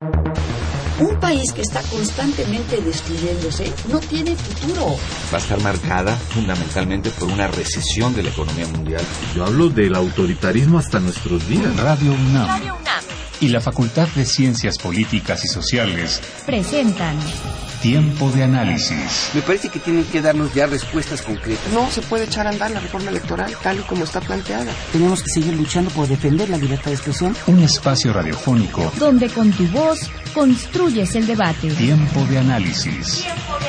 Un país que está constantemente destruyéndose no tiene futuro. Va a estar marcada fundamentalmente por una recesión de la economía mundial. Yo hablo del autoritarismo hasta nuestros días. Radio UNAM y la Facultad de Ciencias Políticas y Sociales presentan Tiempo de Análisis. Me parece que tienen que darnos ya respuestas concretas. No se puede echar a andar la reforma electoral tal y como está planteada. Tenemos que seguir luchando por defender la libertad de expresión. Un espacio radiofónico donde con tu voz construyes el debate. Tiempo de Análisis.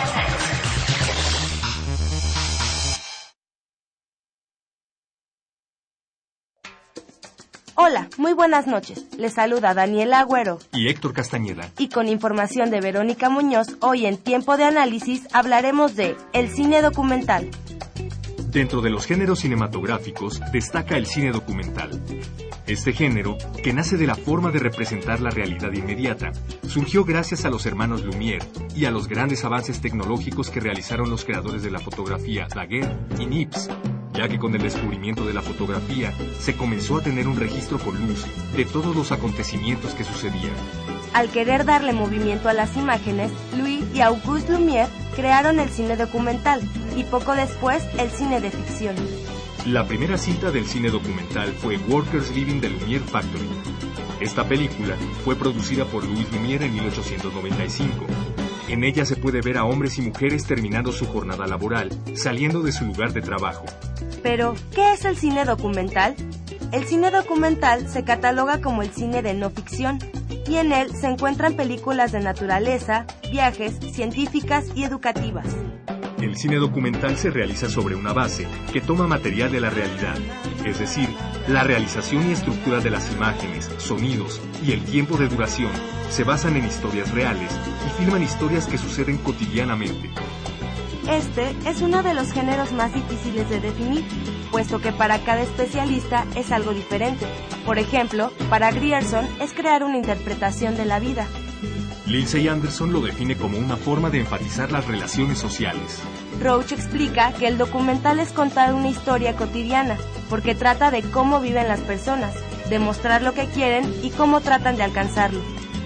Hola, muy buenas noches. Les saluda Daniela Agüero y Héctor Castañeda. Y con información de Verónica Muñoz, hoy en Tiempo de Análisis hablaremos de el cine documental. Dentro de los géneros cinematográficos destaca el cine documental. Este género, que nace de la forma de representar la realidad inmediata, surgió gracias a los hermanos Lumière y a los grandes avances tecnológicos que realizaron los creadores de la fotografía Daguerre y Niepce, ya que con el descubrimiento de la fotografía se comenzó a tener un registro con luz de todos los acontecimientos que sucedían. Al querer darle movimiento a las imágenes, Louis y Auguste Lumière crearon el cine documental y poco después el cine de ficción. La primera cinta del cine documental fue Workers Living the Lumière Factory. Esta película fue producida por Louis Lumière en 1895. En ella se puede ver a hombres y mujeres terminando su jornada laboral, saliendo de su lugar de trabajo. Pero, ¿qué es el cine documental? El cine documental se cataloga como el cine de no ficción, y en él se encuentran películas de naturaleza, viajes, científicas y educativas. El cine documental se realiza sobre una base que toma material de la realidad, es decir, la realización y estructura de las imágenes, sonidos y el tiempo de duración se basan en historias reales y filman historias que suceden cotidianamente. Este es uno de los géneros más difíciles de definir, puesto que para cada especialista es algo diferente. Por ejemplo, para Grierson es crear una interpretación de la vida. Lindsay Anderson lo define como una forma de enfatizar las relaciones sociales. Roach explica que el documental es contar una historia cotidiana, porque trata de cómo viven las personas, de mostrar lo que quieren y cómo tratan de alcanzarlo.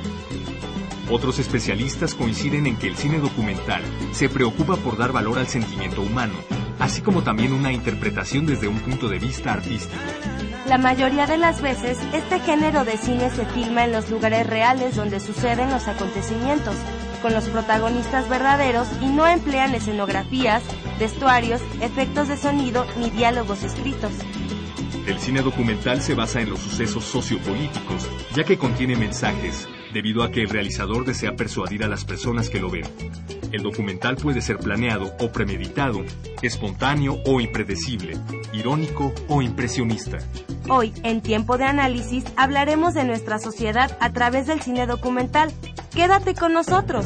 Otros especialistas coinciden en que el cine documental se preocupa por dar valor al sentimiento humano, así como también una interpretación desde un punto de vista artístico. La mayoría de las veces, este género de cine se filma en los lugares reales donde suceden los acontecimientos, con los protagonistas verdaderos y no emplean escenografías, vestuarios, efectos de sonido ni diálogos escritos. El cine documental se basa en los sucesos sociopolíticos, ya que contiene mensajes, debido a que el realizador desea persuadir a las personas que lo ven. El documental puede ser planeado o premeditado, espontáneo o impredecible, irónico o impresionista. Hoy, en Tiempo de Análisis, hablaremos de nuestra sociedad a través del cine documental. ¡Quédate con nosotros!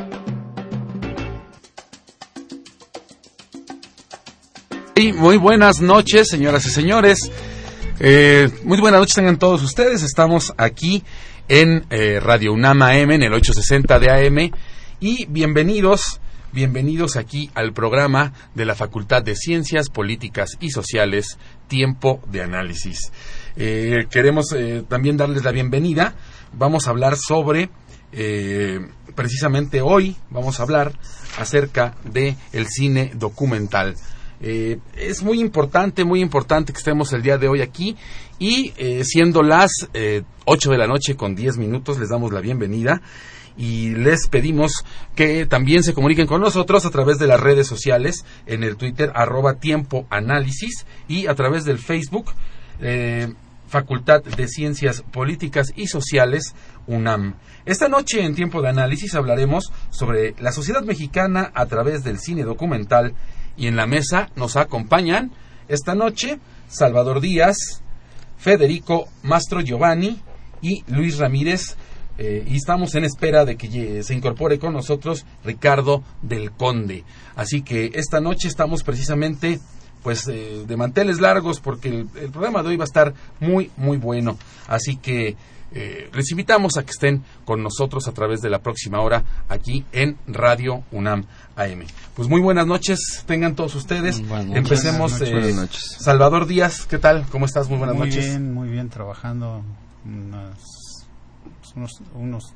Muy buenas noches, señoras y señores. Muy buenas noches tengan todos ustedes. Estamos aquí en Radio UNAM AM, en el 860 de AM. Y bienvenidos aquí al programa de la Facultad de Ciencias Políticas y Sociales, Tiempo de Análisis. Queremos también darles la bienvenida. Vamos a hablar sobre, precisamente hoy, vamos a hablar acerca de el cine documental. Es muy importante que estemos el día de hoy aquí y siendo las 8 de la noche con 10 minutos les damos la bienvenida y les pedimos que también se comuniquen con nosotros a través de las redes sociales, en el Twitter @tiempoanálisis y a través del Facebook Facultad de Ciencias Políticas y Sociales UNAM. Esta noche en Tiempo de Análisis hablaremos sobre la sociedad mexicana a través del cine documental. Y en la mesa nos acompañan esta noche Salvador Díaz, Federico Mastro Giovanni y Luis Ramírez. Y estamos en espera de que se incorpore con nosotros Ricardo del Conde. Así que esta noche estamos precisamente de manteles largos porque el programa de hoy va a estar muy, muy bueno. Así que les invitamos a que estén con nosotros a través de la próxima hora aquí en Radio UNAM AM. Pues muy buenas noches, tengan todos ustedes. Empecemos. Buenas noches. Salvador Díaz, ¿qué tal? ¿Cómo estás? Muy buenas noches. Muy bien, trabajando unos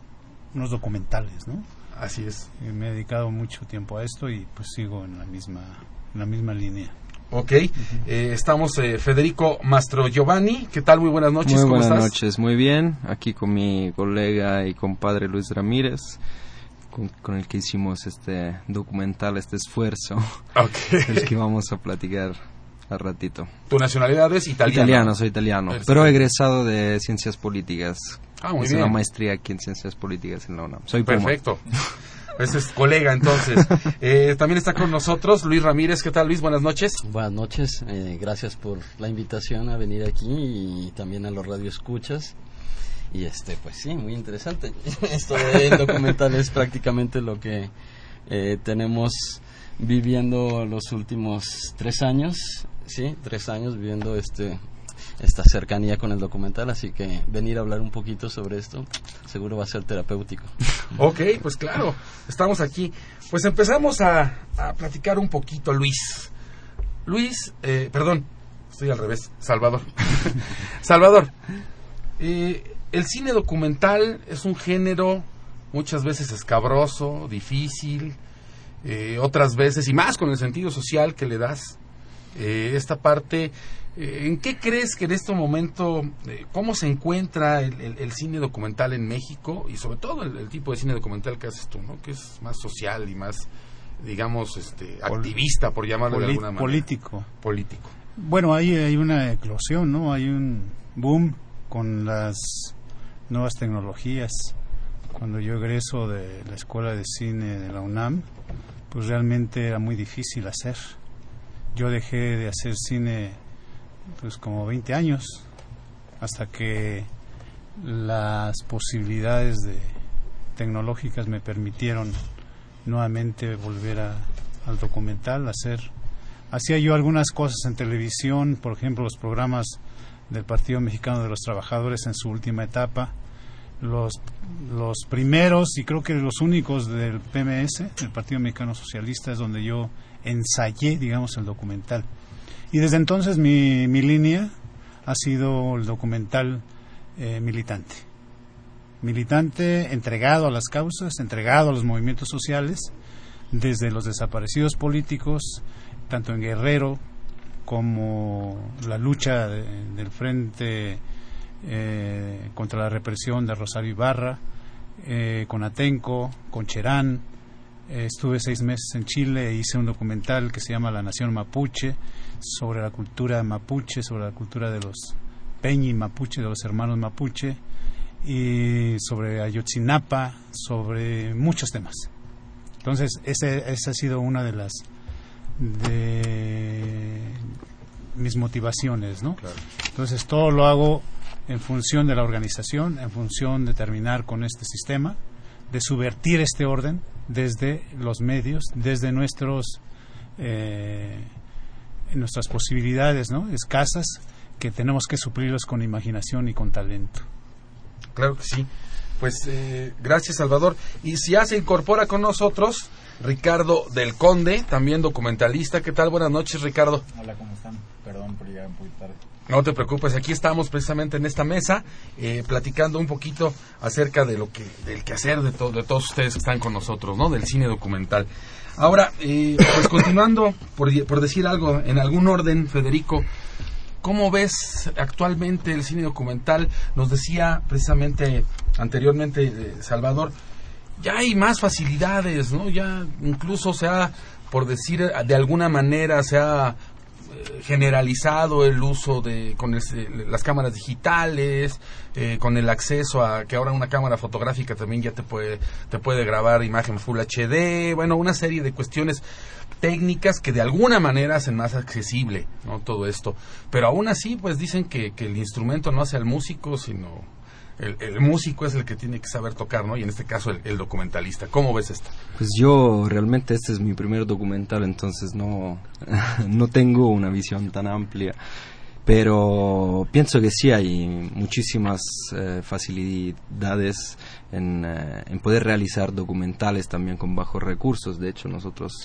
unos documentales, ¿no? Así es. Me he dedicado mucho tiempo a esto y pues sigo en la misma línea. Ok, estamos Federico Mastrogiovanni, ¿qué tal? Muy buenas noches, ¿cómo estás? Muy buenas noches, muy bien, aquí con mi colega y compadre Luis Ramírez, con el que hicimos este documental, este esfuerzo, del que vamos a platicar al ratito. ¿Tu nacionalidad es italiana? Soy italiano, pero egresado de Ciencias Políticas. Muy Hice bien. una maestría aquí en Ciencias Políticas en la UNAM. Soy Perfecto. Ese es colega, entonces. También está con nosotros Luis Ramírez. ¿Qué tal, Luis? Buenas noches. Buenas noches. Gracias por la invitación a venir aquí y también a los radioescuchas. Y pues sí, muy interesante. Esto del documental es prácticamente lo que tenemos viviendo los últimos 3 años. Sí, 3 años viviendo esta cercanía con el documental, así que venir a hablar un poquito sobre esto seguro va a ser terapéutico. Ok, pues claro, estamos aquí. Pues empezamos a platicar un poquito, Luis. Perdón, estoy al revés, Salvador. Salvador, el cine documental es un género muchas veces escabroso, difícil, otras veces, y más con el sentido social que le das, esta parte. ¿En qué crees que en este momento, cómo se encuentra el cine documental en México y sobre todo el tipo de cine documental que haces tú, ¿no? Que es más social y más, digamos, activista, por llamarlo de alguna manera. Político. Bueno, hay una eclosión, ¿no? Hay un boom con las nuevas tecnologías. Cuando yo egreso de la Escuela de Cine de la UNAM, pues realmente era muy difícil hacer. Yo dejé de hacer cine pues como 20 años hasta que las posibilidades tecnológicas me permitieron nuevamente volver al documental, hacía yo algunas cosas en televisión, por ejemplo los programas del Partido Mexicano de los Trabajadores en su última etapa, los primeros y creo que los únicos del PMS, el Partido Mexicano Socialista, es donde yo ensayé, digamos, el documental. Y desde entonces mi línea ha sido el documental militante, entregado a las causas, entregado a los movimientos sociales, desde los desaparecidos políticos, tanto en Guerrero como la lucha del Frente contra la represión de Rosario Ibarra, con Atenco, con Cherán. Estuve 6 meses en Chile e hice un documental que se llama La Nación Mapuche, sobre la cultura mapuche, sobre la cultura de los Peñi Mapuche, de los hermanos Mapuche, y sobre Ayotzinapa, sobre muchos temas. Entonces, esa ha sido una de mis motivaciones, ¿no? Claro. Entonces, todo lo hago en función de la organización, en función de terminar con este sistema, de subvertir este orden desde los medios, desde nuestras posibilidades, ¿no? Escasas, que tenemos que suplirlos con imaginación y con talento. Claro que sí. Pues gracias, Salvador. Y si ya se incorpora con nosotros Ricardo del Conde, también documentalista. ¿Qué tal? Buenas noches, Ricardo. Hola, ¿cómo están? Perdón por llegar un poquito tarde. No te preocupes, aquí estamos precisamente en esta mesa platicando un poquito acerca del quehacer de todos ustedes que están con nosotros, ¿no? Del cine documental. Ahora, pues continuando, por decir algo, en algún orden, Federico, ¿cómo ves actualmente el cine documental? Nos decía precisamente anteriormente Salvador, ya hay más facilidades, ¿no? Ya incluso por decir de alguna manera, se ha generalizado el uso con las cámaras digitales, con el acceso a que ahora una cámara fotográfica también ya te puede grabar imagen Full HD, bueno, una serie de cuestiones técnicas que de alguna manera hacen más accesible, ¿no? Todo esto, pero aún así pues dicen que el instrumento no hace al músico, sino el músico es el que tiene que saber tocar, ¿no? Y en este caso el documentalista. ¿Cómo ves esto? Pues yo realmente este es mi primer documental, entonces no tengo una visión tan amplia, pero pienso que sí hay muchísimas facilidades en poder realizar documentales también con bajos recursos. De hecho, nosotros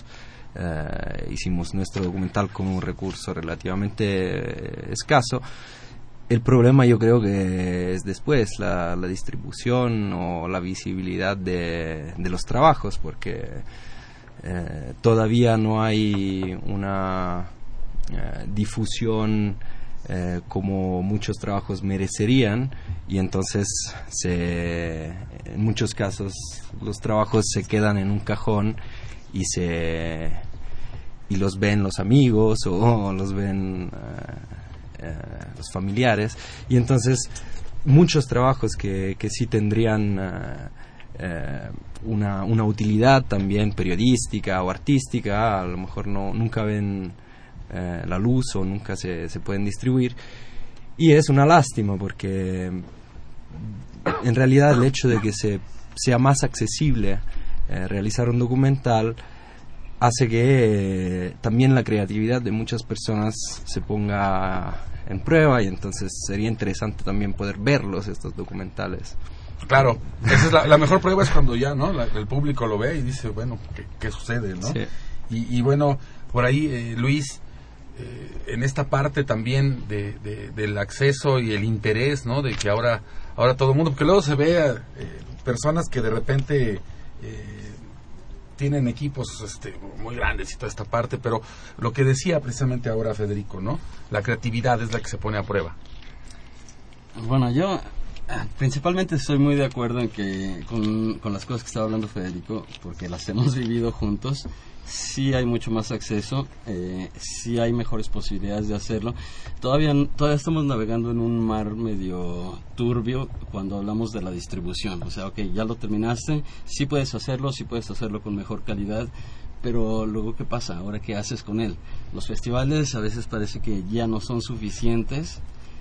hicimos nuestro documental con un recurso relativamente escaso. El problema yo creo que es después la distribución o la visibilidad de los trabajos, porque todavía no hay una difusión como muchos trabajos merecerían, y entonces en muchos casos los trabajos se quedan en un cajón y los ven los amigos o los ven los familiares, y entonces muchos trabajos que sí tendrían una utilidad también periodística o artística, a lo mejor nunca ven la luz o nunca se pueden distribuir, y es una lástima porque en realidad el hecho de que sea más accesible realizar un documental hace que también la creatividad de muchas personas se ponga en prueba, y entonces sería interesante también poder verlos, estos documentales. Claro, esa es la mejor prueba, es cuando ya, ¿no?, el público lo ve y dice, bueno, ¿qué sucede, no? Sí. Y bueno, por ahí, Luis, en esta parte también del acceso y el interés, ¿no?, de que ahora todo el mundo, porque luego se ve a personas que de repente tienen equipos muy grandes y toda esta parte, pero lo que decía precisamente ahora Federico, ¿no?, la creatividad es la que se pone a prueba. Bueno, yo principalmente estoy muy de acuerdo en que con las cosas que estaba hablando Federico, porque las hemos vivido juntos. Sí hay mucho más acceso, sí hay mejores posibilidades de hacerlo. Todavía estamos navegando en un mar medio turbio cuando hablamos de la distribución. O sea, ya lo terminaste, sí puedes hacerlo con mejor calidad, pero luego, ¿qué pasa? Ahora, ¿qué haces con él? Los festivales a veces parece que ya no son suficientes.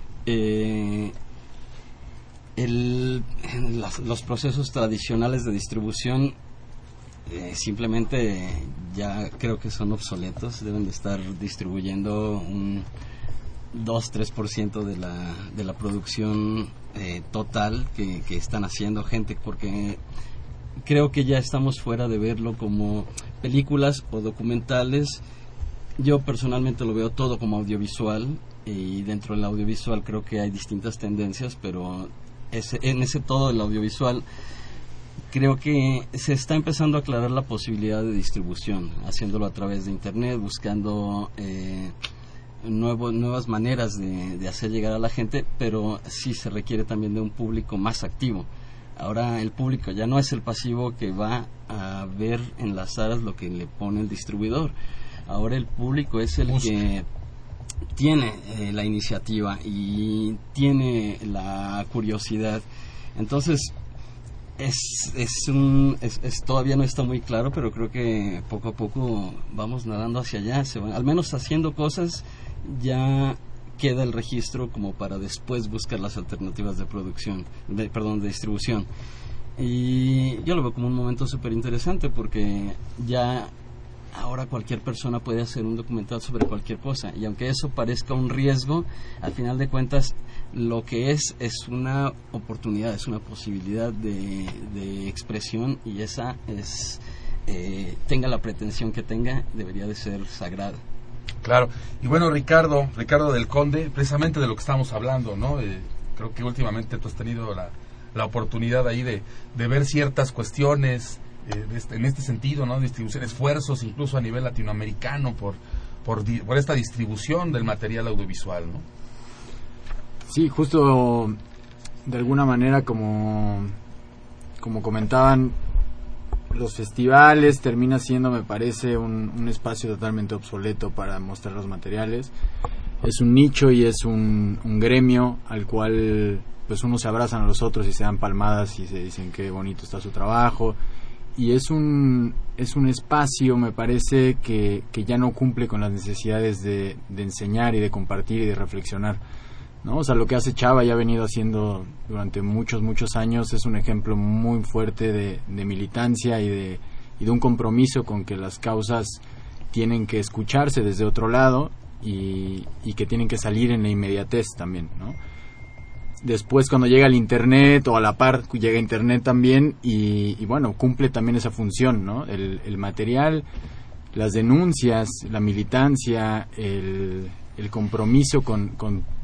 Los procesos tradicionales de distribución simplemente ya creo que son obsoletos. Deben de estar distribuyendo un 2-3% de la producción total que están haciendo gente, porque creo que ya estamos fuera de verlo como películas o documentales. Yo personalmente lo veo todo como audiovisual, y dentro del audiovisual creo que hay distintas tendencias, pero en ese todo del audiovisual creo que se está empezando a aclarar la posibilidad de distribución, haciéndolo a través de internet, buscando nuevas maneras de hacer llegar a la gente, pero sí se requiere también de un público más activo. Ahora el público ya no es el pasivo que va a ver en las salas lo que le pone el distribuidor. Ahora el público es el que tiene la iniciativa y tiene la curiosidad. Entonces todavía no está muy claro, pero creo que poco a poco vamos nadando hacia allá. Al menos haciendo cosas ya queda el registro como para después buscar las alternativas de de distribución. Y yo lo veo como un momento súper interesante, porque ya ahora cualquier persona puede hacer un documental sobre cualquier cosa, y aunque eso parezca un riesgo, al final de cuentas lo que es una oportunidad, es una posibilidad de expresión, y esa es tenga la pretensión que tenga, debería de ser sagrada. Claro. Y bueno, Ricardo del Conde, precisamente de lo que estamos hablando, ¿no? Creo que últimamente tú has tenido la oportunidad ahí de ver ciertas cuestiones en este sentido, ¿no? Distribución, esfuerzos incluso a nivel latinoamericano por esta distribución del material audiovisual, ¿no? Sí, justo de alguna manera, como comentaban, los festivales termina siendo, me parece, un espacio totalmente obsoleto para mostrar los materiales. Es un nicho y es un gremio al cual pues unos se abrazan a los otros y se dan palmadas y se dicen qué bonito está su trabajo, y es un espacio, me parece, que ya no cumple con las necesidades de enseñar y de compartir y de reflexionar, ¿no? O sea, lo que hace Chava y ha venido haciendo durante muchos años es un ejemplo muy fuerte de militancia y de un compromiso con que las causas tienen que escucharse desde otro lado y que tienen que salir en la inmediatez también, ¿no? Después, cuando llega el internet, o a la par llega internet también, y bueno, cumple también esa función, ¿no? El material, las denuncias, la militancia, el compromiso con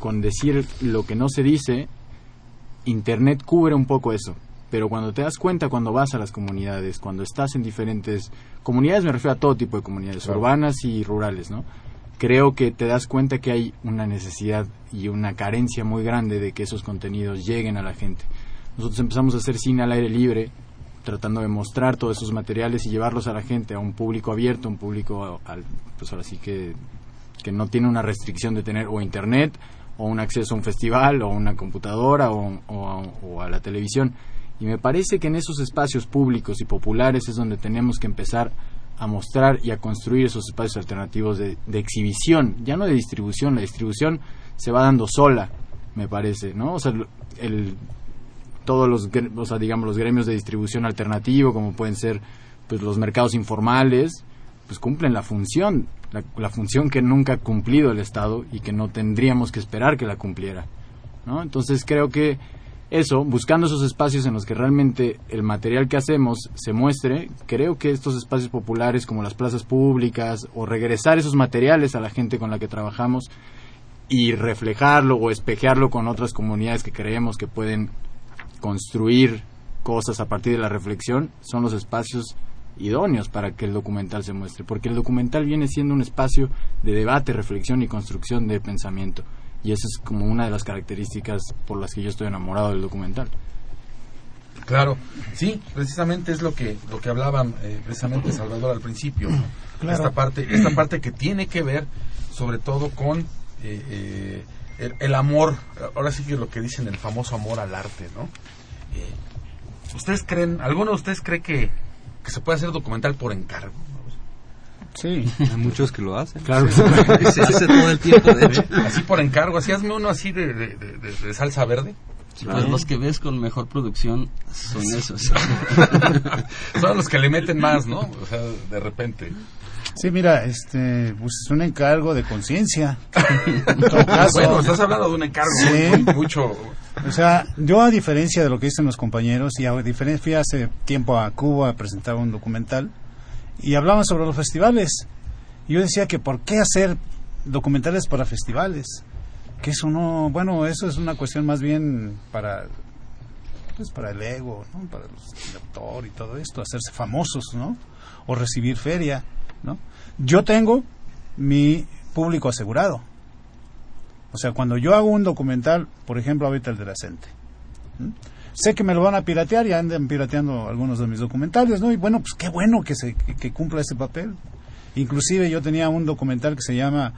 con decir lo que no se dice, Internet cubre un poco eso. Pero cuando te das cuenta, cuando vas a las comunidades, cuando estás en diferentes comunidades, me refiero a todo tipo de comunidades, urbanas y rurales, ¿no? Creo que te das cuenta que hay una necesidad y una carencia muy grande de que esos contenidos lleguen a la gente. Nosotros empezamos a hacer cine al aire libre, tratando de mostrar todos esos materiales y llevarlos a la gente, a un público abierto, un público, pues ahora sí que no tiene una restricción de tener o internet, o un acceso a un festival, o una computadora, o a la televisión. Y me parece que en esos espacios públicos y populares es donde tenemos que empezar a mostrar y a construir esos espacios alternativos de exhibición, ya no de distribución. La distribución se va dando sola, me parece, ¿no? O sea, todos los gremios de distribución alternativo, como pueden ser pues los mercados informales, pues cumplen la función que nunca ha cumplido el Estado y que no tendríamos que esperar que la cumpliera, ¿no? Entonces creo que eso, buscando esos espacios en los que realmente el material que hacemos se muestre, creo que estos espacios populares como las plazas públicas, o regresar esos materiales a la gente con la que trabajamos y reflejarlo o espejearlo con otras comunidades que creemos que pueden construir cosas a partir de la reflexión, son los espacios idóneos para que el documental se muestre, porque el documental viene siendo un espacio de debate, reflexión y construcción de pensamiento. Y esa es como una de las características por las que yo estoy enamorado del documental. Claro, sí, precisamente es lo que hablaba precisamente Salvador al principio. Claro. Esta parte que tiene que ver sobre todo con el amor, ahora sí que lo que dicen, el famoso amor al arte, ¿no? ¿Ustedes creen, alguno de ustedes cree que se puede hacer documental por encargo? Sí. Hay muchos que lo hacen. Claro. Se hace todo el tiempo, de hecho. Así por encargo, así hazme uno así de salsa verde. Sí, pues los que ves con mejor producción son esos. Son los que le meten más, ¿no? O sea, de repente. Sí, mira, pues es un encargo de conciencia. En todo caso. Bueno, estás hablando de un encargo, sí. Mucho. O sea, yo, a diferencia de lo que dicen los compañeros, fui hace tiempo a Cuba a presentar un documental y hablaban sobre los festivales. Y yo decía que ¿por qué hacer documentales para festivales? Que eso no, bueno, eso es una cuestión más bien para el ego, ¿no? Para el autor y todo esto, hacerse famosos, ¿no? O recibir feria, ¿no? Yo tengo mi público asegurado. O sea, cuando yo hago un documental, por ejemplo, ahorita el de la CENTE, sé que me lo van a piratear y andan pirateando algunos de mis documentales, ¿no? Y bueno, pues qué bueno que cumpla ese papel. Inclusive yo tengo un documental que se llama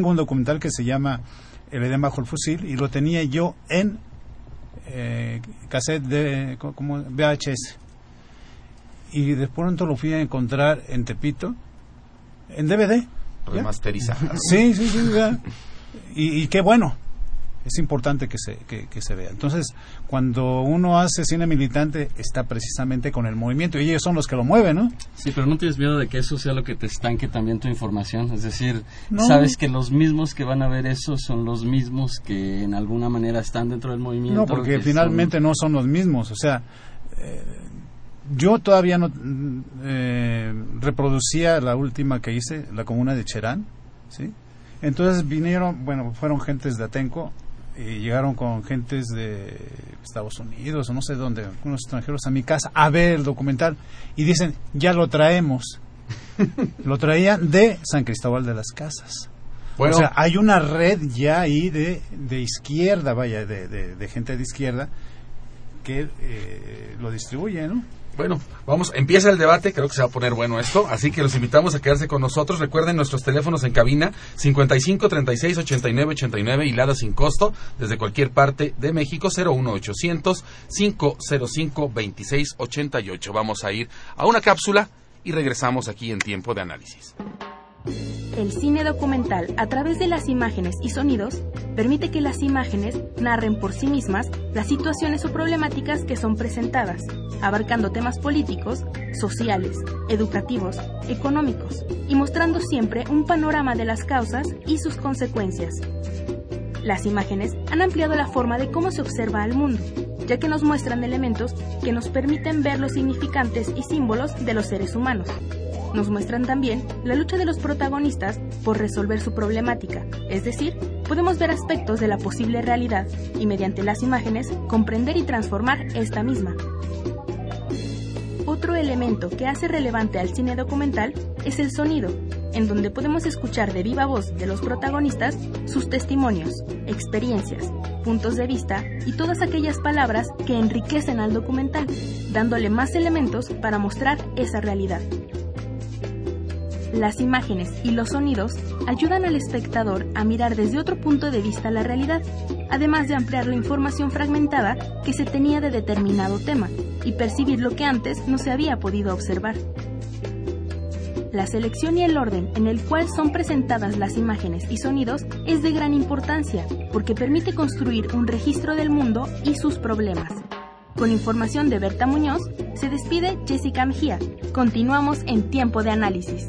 El Edén bajo el fusil, y lo tenía yo en cassette como VHS. Y de pronto lo fui a encontrar en Tepito, en DVD. Remasterizado. Sí, ya. Y qué bueno. Es importante que se vea. Entonces, cuando uno hace cine militante, está precisamente con el movimiento, y ellos son los que lo mueven, ¿no? Sí, pero ¿no tienes miedo de que eso sea lo que te estanque también tu información? Es decir, sabes que los mismos que van a ver eso son los mismos que en alguna manera están dentro del movimiento. No, porque finalmente no son los mismos. O sea, yo todavía no reproducía la última que hice, la comuna de Cherán, ¿sí? Entonces fueron gentes de Atenco, y llegaron con gentes de Estados Unidos o no sé dónde, algunos extranjeros a mi casa a ver el documental, y dicen, ya lo traemos. Lo traían de San Cristóbal de las Casas. Bueno, o sea, hay una red ya ahí de izquierda, de gente de izquierda que lo distribuye, ¿no? Bueno, empieza el debate, creo que se va a poner bueno esto, así que los invitamos a quedarse con nosotros. Recuerden nuestros teléfonos en cabina, 55 36 89 89, hilada sin costo, desde cualquier parte de México, 01800 505 26 88. Vamos a ir a una cápsula y regresamos aquí en Tiempo de Análisis. El cine documental, a través de las imágenes y sonidos, permite que las imágenes narren por sí mismas las situaciones o problemáticas que son presentadas, abarcando temas políticos, sociales, educativos, económicos, y mostrando siempre un panorama de las causas y sus consecuencias. Las imágenes han ampliado la forma de cómo se observa al mundo, ya que nos muestran elementos que nos permiten ver los significantes y símbolos de los seres humanos. Nos muestran también la lucha de los protagonistas por resolver su problemática, es decir, podemos ver aspectos de la posible realidad y mediante las imágenes comprender y transformar esta misma. Otro elemento que hace relevante al cine documental es el sonido, en donde podemos escuchar de viva voz de los protagonistas sus testimonios, experiencias, puntos de vista y todas aquellas palabras que enriquecen al documental, dándole más elementos para mostrar esa realidad. Las imágenes y los sonidos ayudan al espectador a mirar desde otro punto de vista la realidad, además de ampliar la información fragmentada que se tenía de determinado tema y percibir lo que antes no se había podido observar. La selección y el orden en el cual son presentadas las imágenes y sonidos es de gran importancia, porque permite construir un registro del mundo y sus problemas. Con información de Berta Muñoz, se despide Jessica Mejía. Continuamos en Tiempo de Análisis.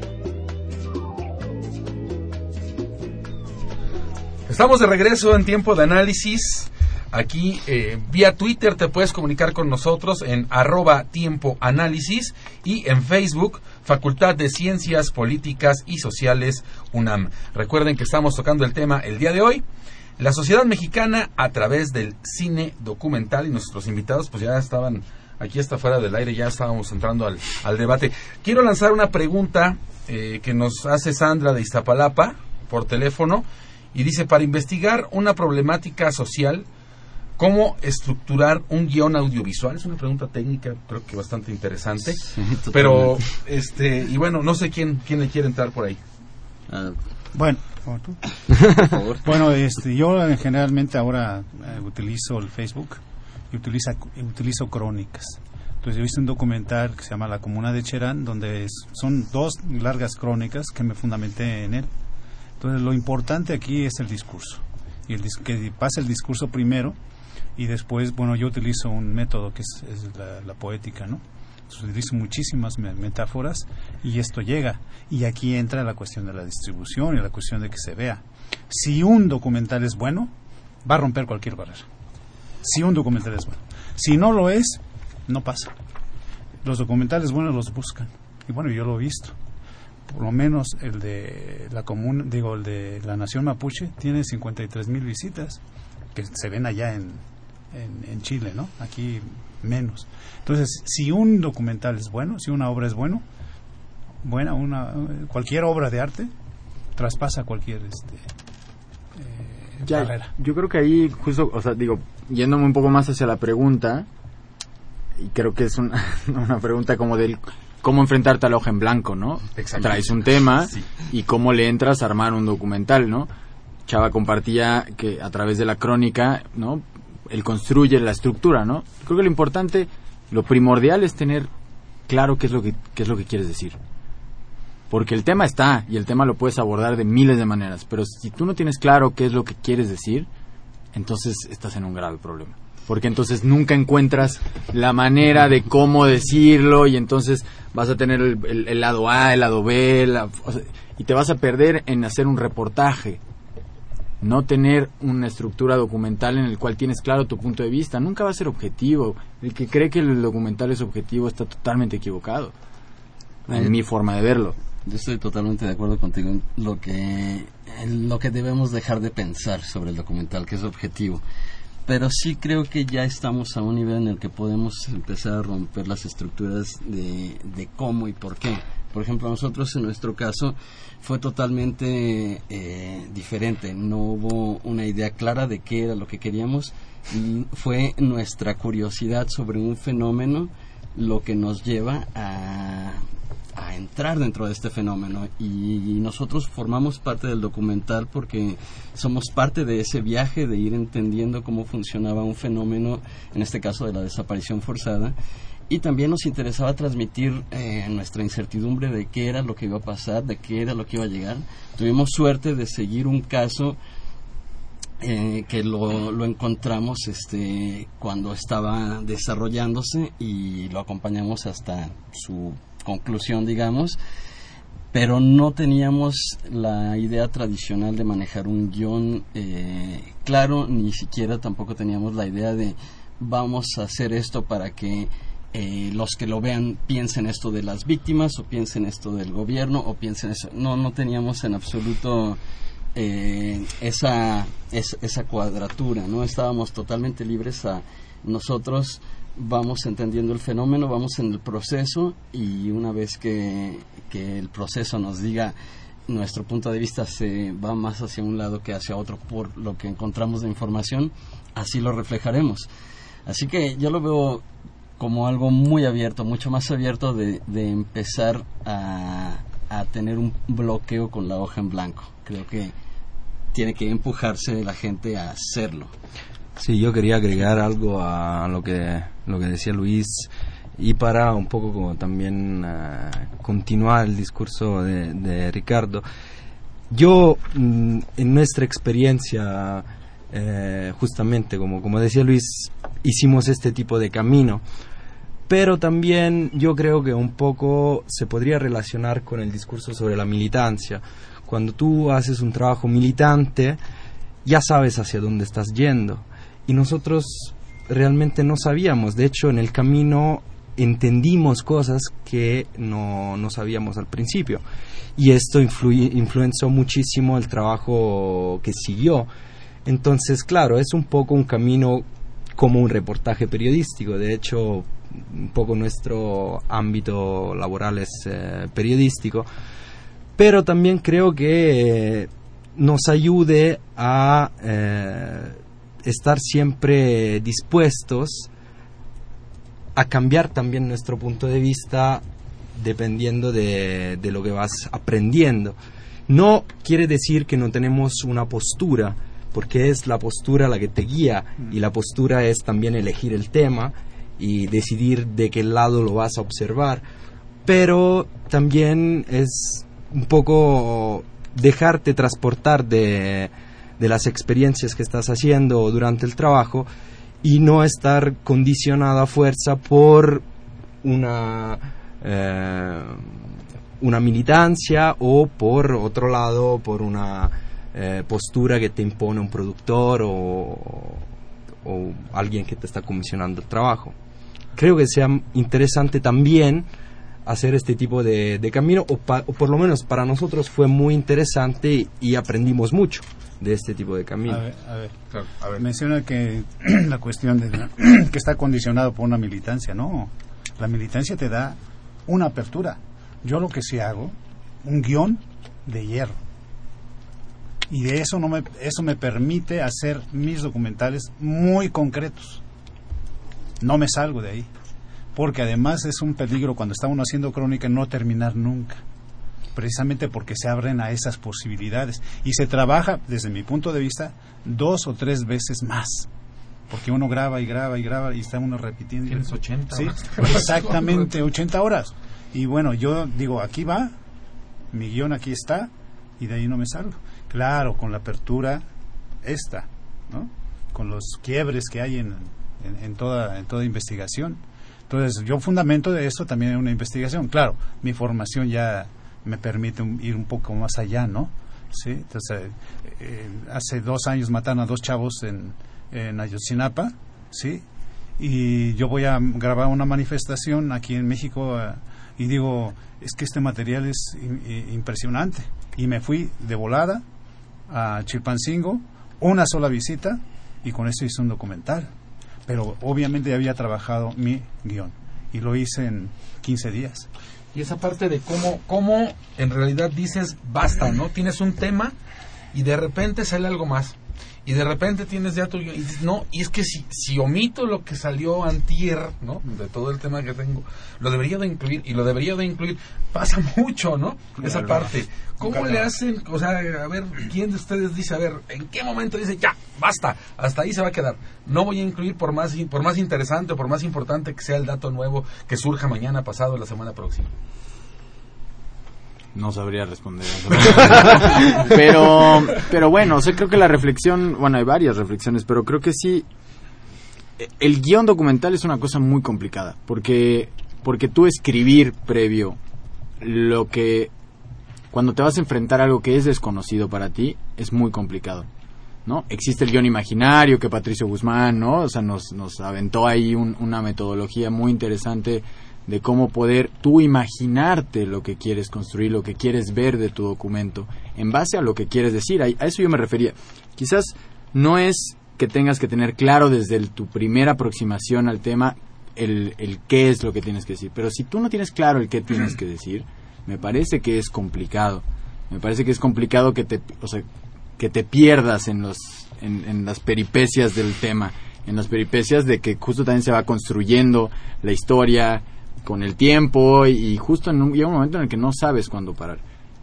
Estamos de regreso en Tiempo de Análisis. Aquí vía Twitter te puedes comunicar con nosotros en @tiempoanálisis y en Facebook Facultad de Ciencias Políticas y Sociales UNAM. Recuerden que estamos tocando el tema el día de hoy, la sociedad mexicana a través del cine documental, y nuestros invitados pues ya estaban aquí hasta fuera del aire, ya estábamos entrando al debate. Quiero lanzar una pregunta que nos hace Sandra de Iztapalapa por teléfono y dice: para investigar una problemática social, ¿cómo estructurar un guión audiovisual? Es una pregunta técnica, creo que bastante interesante. Sí, pero, y bueno, no sé quién le quiere entrar por ahí. Bueno, ¿tú? Por favor. Bueno, yo generalmente ahora utilizo el Facebook y utilizo crónicas. Entonces yo hice un documental que se llama La Comuna de Cherán, donde son 2 largas crónicas que me fundamenté en él. Entonces lo importante aquí es el discurso, y que pase el discurso primero, y después, bueno, yo utilizo un método que es la poética, ¿no? Entonces, utilizo muchísimas metáforas y esto llega. Y aquí entra la cuestión de la distribución y la cuestión de que se vea. Si un documental es bueno, va a romper cualquier barrera. Si un documental es bueno. Si no lo es, no pasa. Los documentales buenos los buscan. Y bueno, yo lo he visto. Por lo menos el de el de la Nación Mapuche tiene 53,000 visitas que se ven allá en Chile, ¿no? Aquí menos. Entonces, si un documental es bueno, si una obra es buena, cualquier obra de arte traspasa cualquier barrera. Yo creo que ahí justo, yéndome un poco más hacia la pregunta, y creo que es una pregunta como del cómo enfrentarte a la hoja en blanco, ¿no? Traes un tema, sí, y cómo le entras a armar un documental, ¿no? Chava compartía que a través de la crónica, ¿no?, él construye la estructura, ¿no? Creo que lo importante, lo primordial es tener claro qué es lo que quieres decir. Porque el tema está, y el tema lo puedes abordar de miles de maneras, pero si tú no tienes claro qué es lo que quieres decir, entonces estás en un grave problema. Porque entonces nunca encuentras la manera de cómo decirlo, y entonces vas a tener el lado A, el lado B, y te vas a perder en hacer un reportaje. No tener una estructura documental en el cual tienes claro tu punto de vista nunca va a ser objetivo. El que cree que el documental es objetivo está totalmente equivocado, en mi forma de verlo. Yo estoy totalmente de acuerdo contigo en lo que debemos dejar de pensar sobre el documental, que es objetivo. Pero sí creo que ya estamos a un nivel en el que podemos empezar a romper las estructuras de cómo y por qué. Por ejemplo, nosotros en nuestro caso fue totalmente diferente. No hubo una idea clara de qué era lo que queríamos, y fue nuestra curiosidad sobre un fenómeno lo que nos lleva a entrar dentro de este fenómeno, y nosotros formamos parte del documental porque somos parte de ese viaje de ir entendiendo cómo funcionaba un fenómeno, en este caso de la desaparición forzada, y también nos interesaba transmitir nuestra incertidumbre de qué era lo que iba a pasar, de qué era lo que iba a llegar. Tuvimos suerte de seguir un caso que lo encontramos cuando estaba desarrollándose, y lo acompañamos hasta su conclusión, digamos, pero no teníamos la idea tradicional de manejar un guión claro, ni siquiera tampoco teníamos la idea de vamos a hacer esto para que los que lo vean piensen esto de las víctimas, o piensen esto del gobierno, o piensen eso. No teníamos en absoluto esa cuadratura, ¿no? Estábamos totalmente libres a nosotros. Vamos entendiendo el fenómeno, vamos en el proceso, y una vez que el proceso nos diga nuestro punto de vista se va más hacia un lado que hacia otro por lo que encontramos de información, así lo reflejaremos. Así que yo lo veo como algo muy abierto, mucho más abierto de empezar a tener un bloqueo con la hoja en blanco. Creo que tiene que empujarse la gente a hacerlo. Sí, yo quería agregar algo a lo que decía Luis, y para un poco como también continuar el discurso de Ricardo. Yo, en nuestra experiencia, justamente como decía Luis, hicimos este tipo de camino, pero también yo creo que un poco se podría relacionar con el discurso sobre la militancia. Cuando tú haces un trabajo militante, ya sabes hacia dónde estás yendo. Y nosotros realmente no sabíamos. De hecho, en el camino entendimos cosas que no sabíamos al principio. Y esto influenció muchísimo el trabajo que siguió. Entonces, claro, es un poco un camino como un reportaje periodístico. De hecho, un poco nuestro ámbito laboral es periodístico. Pero también creo que nos ayude a estar siempre dispuestos a cambiar también nuestro punto de vista dependiendo de lo que vas aprendiendo. No quiere decir que no tenemos una postura, porque es la postura la que te guía, y la postura es también elegir el tema y decidir de qué lado lo vas a observar, pero también es un poco dejarte transportar de las experiencias que estás haciendo durante el trabajo y no estar condicionado a fuerza por una militancia o por otro lado por una postura que te impone un productor o alguien que te está comisionando el trabajo. Creo que sea interesante también hacer este tipo de camino, o por lo menos para nosotros fue muy interesante y aprendimos mucho de este tipo de camino. A ver. Menciona que la cuestión de que está condicionado por una militancia. No, la militancia te da una apertura. Yo lo que sí hago, un guión de hierro, y de eso eso me permite hacer mis documentales muy concretos. No me salgo de ahí, porque además es un peligro cuando está uno haciendo crónica no terminar nunca, precisamente porque se abren a esas posibilidades y se trabaja, desde mi punto de vista, 2 o 3 veces más, porque uno graba y está uno repitiendo. Tienes 80 horas. Sí, exactamente, 80 horas. Y bueno, yo digo, aquí va, mi guión aquí está, y de ahí no me salgo. Claro, con la apertura esta, ¿no? Con los quiebres que hay en toda investigación. Entonces, yo fundamento de eso también en una investigación. Claro, mi formación ya me permite ir un poco más allá, ¿no? Sí. Entonces, hace 2 años mataron a 2 chavos en Ayotzinapa, ¿sí? Y yo voy a grabar una manifestación aquí en México y digo, es que este material es impresionante. Y me fui de volada a Chilpancingo, una sola visita, y con eso hice un documental. Pero obviamente ya había trabajado mi guión y lo hice en 15 días. Y esa parte de cómo en realidad dices basta, ¿no? Tienes un tema y de repente sale algo más. Y de repente tienes ya tu guión y dices, no, y es que si omito lo que salió antier, ¿no? De todo el tema que tengo, lo debería de incluir. Pasa mucho, ¿no? Claro, esa parte. ¿Cómo le hacen? O sea, a ver, ¿quién de ustedes dice, a ver, en qué momento dice, ya, basta, hasta ahí se va a quedar? No voy a incluir por más interesante o por más importante que sea el dato nuevo que surja mañana, pasado, la semana próxima. No sabría responder. pero bueno, o sea, creo que la reflexión, bueno, hay varias reflexiones, pero creo que sí, el guión documental es una cosa muy complicada, porque tú escribir previo lo que, cuando te vas a enfrentar a algo que es desconocido para ti, es muy complicado, ¿no? Existe el guión imaginario que Patricio Guzmán, ¿no? O sea, nos aventó ahí una metodología muy interesante de cómo poder tú imaginarte lo que quieres construir, lo que quieres ver de tu documento, en base a lo que quieres decir. A eso yo me refería. Quizás no es que tengas que tener claro desde tu primera aproximación al tema el qué es lo que tienes que decir, pero si tú no tienes claro el qué tienes que decir, me parece que es complicado. Me parece que es complicado que te pierdas en las peripecias del tema, en las peripecias de que justo también se va construyendo la historia con el tiempo y justo llega un momento en el que no sabes cuándo parar.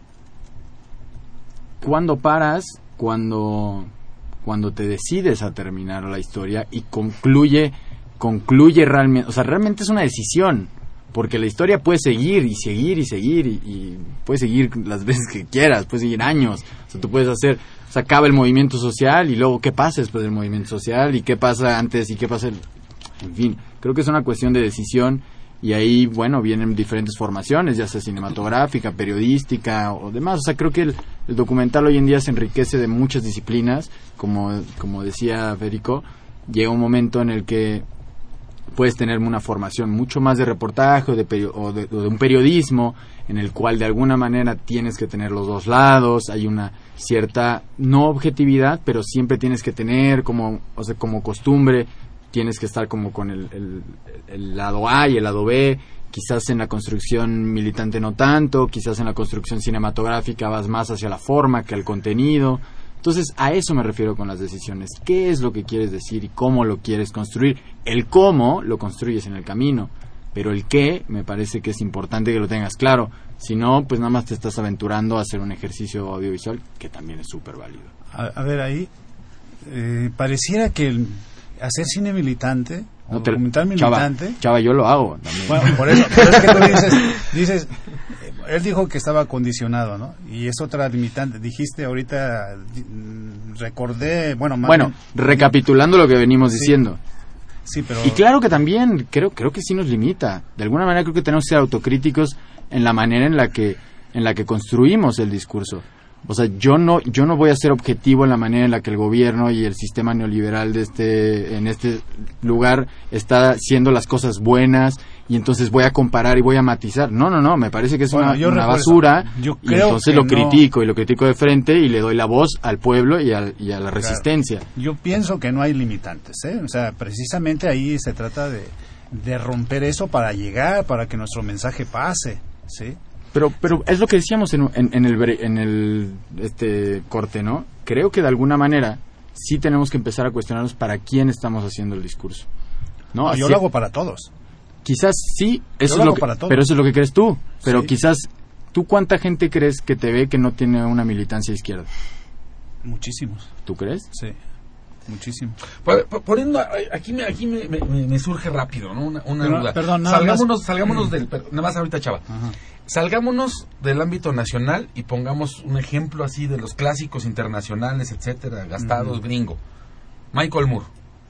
¿Cuándo paras? Cuando te decides a terminar la historia y concluye realmente, o sea, realmente es una decisión, porque la historia puede seguir y seguir y seguir y puede seguir las veces que quieras, puede seguir años. O sea, tú puedes se acaba el movimiento social y luego ¿qué pasa después del movimiento social? ¿Y qué pasa antes? ¿Y qué pasa? En fin, creo que es una cuestión de decisión y ahí, bueno, vienen diferentes formaciones, ya sea cinematográfica, periodística o demás. O sea, creo que el documental hoy en día se enriquece de muchas disciplinas, como decía Federico, llega un momento en el que puedes tener una formación mucho más de reportaje o de un periodismo en el cual de alguna manera tienes que tener los dos lados, hay una cierta no objetividad, pero siempre tienes que tener como costumbre, tienes que estar como con el lado A y el lado B, quizás en la construcción militante no tanto, quizás en la construcción cinematográfica vas más hacia la forma que al contenido. Entonces, a eso me refiero con las decisiones. ¿Qué es lo que quieres decir y cómo lo quieres construir? El cómo lo construyes en el camino, pero el qué me parece que es importante que lo tengas claro. Si no, pues nada más te estás aventurando a hacer un ejercicio audiovisual que también es súper válido. A ver, ahí pareciera que hacer cine militante, documental militante... Chava, yo lo hago también. Bueno, por eso es que tú dices... Él dijo que estaba condicionado, ¿no? Y es otra limitante. Dijiste ahorita, recordé, bueno, recapitulando lo que venimos diciendo. Sí, pero... Y claro que también, creo que sí nos limita. De alguna manera creo que tenemos que ser autocríticos en la manera en la que construimos el discurso. O sea, yo no voy a ser objetivo en la manera en la que el gobierno y el sistema neoliberal en este lugar está haciendo las cosas buenas y entonces voy a comparar y voy a matizar. No, me parece que es una basura y entonces lo critico y lo critico de frente y le doy la voz al pueblo y a la resistencia. Yo pienso que no hay limitantes, ¿eh? O sea, precisamente ahí se trata de romper eso para que nuestro mensaje pase, ¿sí? Pero es lo que decíamos en el corte, ¿no? Creo que de alguna manera sí tenemos que empezar a cuestionarnos para quién estamos haciendo el discurso, ¿no? Yo lo hago para todos. Quizás sí, pero eso es lo que crees tú. Pero sí. Quizás, ¿tú cuánta gente crees que te ve que no tiene una militancia izquierda? Muchísimos. ¿Tú crees? Sí. Muchísimo. Poniendo aquí me surge rápido, ¿no? Una duda. Perdón, salgámonos del nada más ahorita, Chava. Ajá. Salgámonos del ámbito nacional y pongamos un ejemplo así de los clásicos internacionales, etcétera, gastados, gringo. Michael Moore.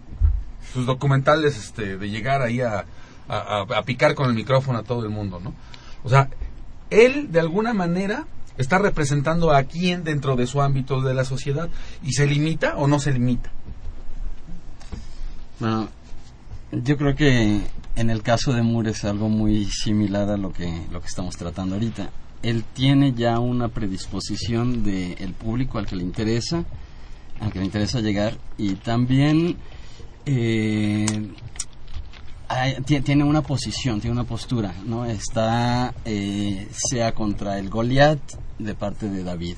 Sus documentales de llegar ahí a picar con el micrófono a todo el mundo, ¿no? O sea, él de alguna manera está representando a quién dentro de su ámbito de la sociedad y se limita o no se limita. Bueno, yo creo que en el caso de Moore es algo muy similar a lo que estamos tratando ahorita. Él tiene ya una predisposición del público al que le interesa llegar y también tiene una posición, tiene una postura, ¿no? Está sea contra el Goliat de parte de David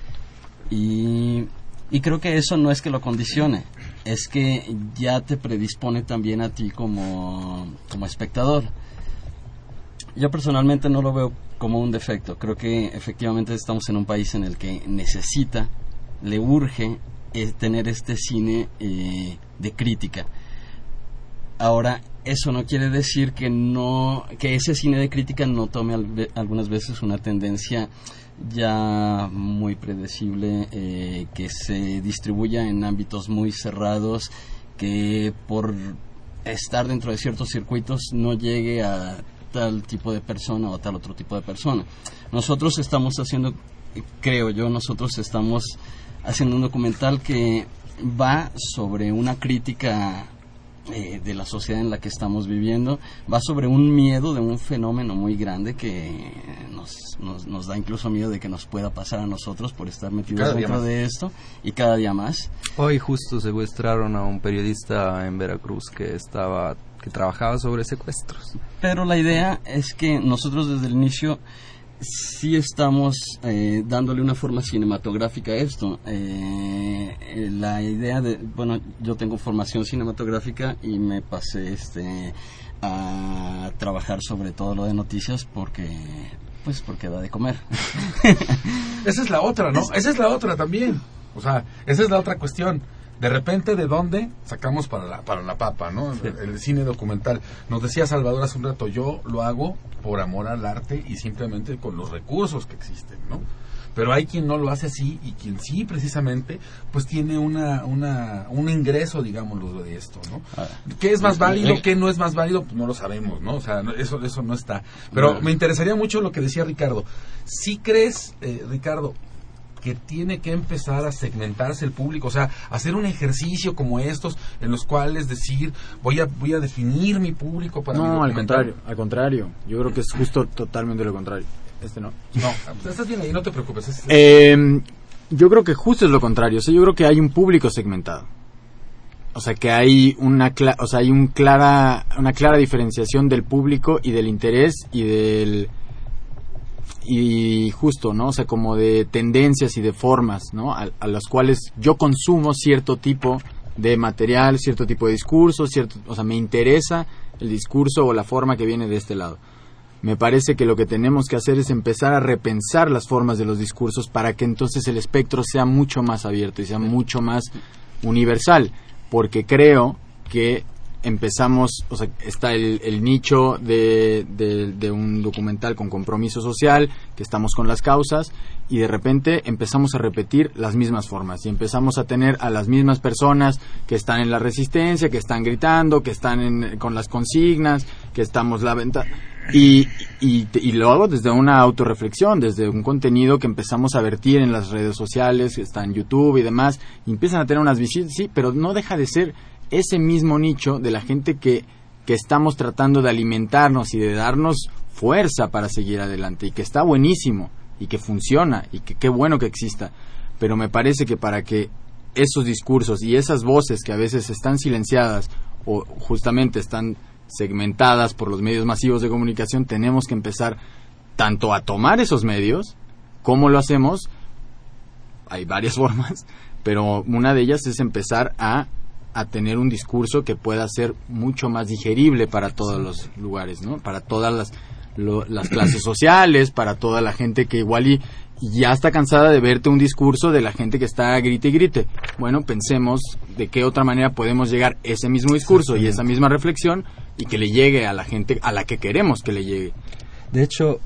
y creo que eso no es que lo condicione, es que ya te predispone también a ti como espectador. Yo personalmente no lo veo como un defecto. Creo que efectivamente estamos en un país en el que le urge tener este cine de crítica. Ahora, eso no quiere decir que ese cine de crítica no tome algunas veces una tendencia ya muy predecible, que se distribuya en ámbitos muy cerrados, que por estar dentro de ciertos circuitos no llegue a tal tipo de persona o tal otro tipo de persona. Nosotros estamos haciendo un documental que va sobre una crítica de la sociedad en la que estamos viviendo, va sobre un miedo de un fenómeno muy grande que nos da incluso miedo de que nos pueda pasar a nosotros por estar metidos dentro de esto, y cada día más. Hoy justo secuestraron a un periodista en Veracruz que trabajaba sobre secuestros. Pero la idea es que nosotros desde el inicio sí estamos dándole una forma cinematográfica a esto. La idea de, bueno, yo tengo formación cinematográfica y me pasé a trabajar sobre todo lo de noticias porque da de comer. Esa es la otra, ¿no? Esa es la otra también. O sea, esa es la otra cuestión. De repente, ¿de dónde sacamos para la papa, no? El cine documental. Nos decía Salvador hace un rato, yo lo hago por amor al arte y simplemente con los recursos que existen, ¿no? Pero hay quien no lo hace así y quien sí, precisamente, pues tiene un ingreso, digámoslo, de esto, ¿no? ¿Qué es más válido, qué no es más válido? Pues no lo sabemos, ¿no? O sea, eso no está. Pero me interesaría mucho lo que decía Ricardo. ¿Sí crees, Ricardo, que tiene que empezar a segmentarse el público, o sea, hacer un ejercicio como estos en los cuales decir, voy a definir mi público para mi documental? Al contrario, yo creo que es justo totalmente lo contrario. No, estás bien ahí, no te preocupes. Yo creo que justo es lo contrario, o sea, yo creo que hay un público segmentado. O sea, que hay una clara diferenciación del público y del interés y justo, ¿no? O sea, como de tendencias y de formas, ¿no? A las cuales yo consumo cierto tipo de material, cierto tipo de discurso, o sea, me interesa el discurso o la forma que viene de este lado. Me parece que lo que tenemos que hacer es empezar a repensar las formas de los discursos para que entonces el espectro sea mucho más abierto y sea mucho más universal, porque creo que empezamos, o sea, está el nicho de un documental con compromiso social, que estamos con las causas, y de repente empezamos a repetir las mismas formas y empezamos a tener a las mismas personas que están en la resistencia, que están gritando, que están con las consignas, que estamos la venta, y lo hago desde una autorreflexión, desde un contenido que empezamos a vertir en las redes sociales, que está en YouTube y demás, y empiezan a tener unas visitas, sí, pero no deja de ser ese mismo nicho de la gente que estamos tratando de alimentarnos y de darnos fuerza para seguir adelante, y que está buenísimo y que funciona y que qué bueno que exista, pero me parece que para que esos discursos y esas voces que a veces están silenciadas o justamente están segmentadas por los medios masivos de comunicación, tenemos que empezar tanto a tomar esos medios. ¿Cómo lo hacemos? Hay varias formas, pero una de ellas es empezar a tener un discurso que pueda ser mucho más digerible para todos los lugares, ¿no? Para todas las clases sociales, para toda la gente que igual y ya está cansada de verte un discurso de la gente que está grite y grite. Bueno, pensemos de qué otra manera podemos llegar ese mismo discurso y esa misma reflexión y que le llegue a la gente a la que queremos que le llegue. De hecho,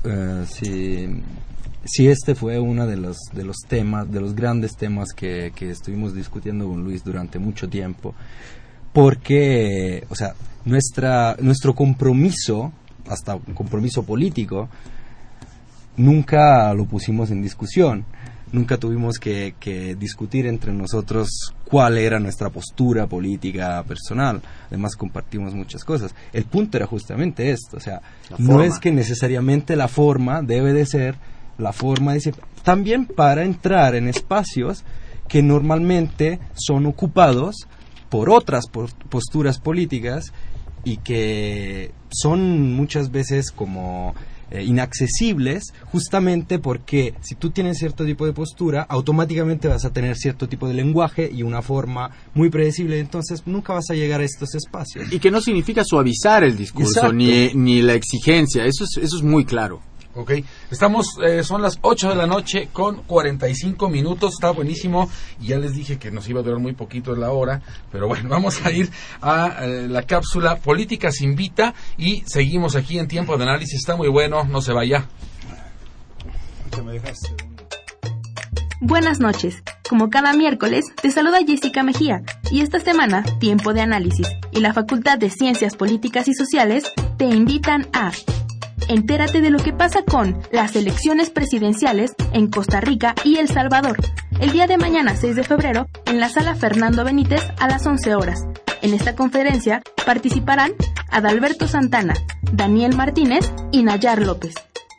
sí, este fue uno de los temas, de los grandes temas que estuvimos discutiendo con Luis durante mucho tiempo, porque, o sea, nuestro compromiso, hasta un compromiso político, nunca lo pusimos en discusión. Nunca tuvimos que discutir entre nosotros cuál era nuestra postura política personal. Además compartimos muchas cosas. El punto era justamente esto, o sea, no es que necesariamente la forma debe de ser la forma de siempre. También para entrar en espacios que normalmente son ocupados por otras posturas políticas y que son muchas veces como inaccesibles, justamente porque si tú tienes cierto tipo de postura, automáticamente vas a tener cierto tipo de lenguaje y una forma muy predecible, entonces nunca vas a llegar a estos espacios. Y que no significa suavizar el discurso ni la exigencia, eso es muy claro. Ok, son las 8 de la noche con 45 minutos, está buenísimo, y ya les dije que nos iba a durar muy poquito la hora, pero bueno, vamos a ir a la cápsula Políticas Invita y seguimos aquí en Tiempo de Análisis, está muy bueno, no se vaya. Buenas noches, como cada miércoles te saluda Jessica Mejía, y esta semana Tiempo de Análisis y la Facultad de Ciencias Políticas y Sociales te invitan a... Entérate de lo que pasa con las elecciones presidenciales en Costa Rica y El Salvador, el día de mañana 6 de febrero en la Sala Fernando Benítez a las 11 horas. En esta conferencia participarán Adalberto Santana, Daniel Martínez y Nayar López.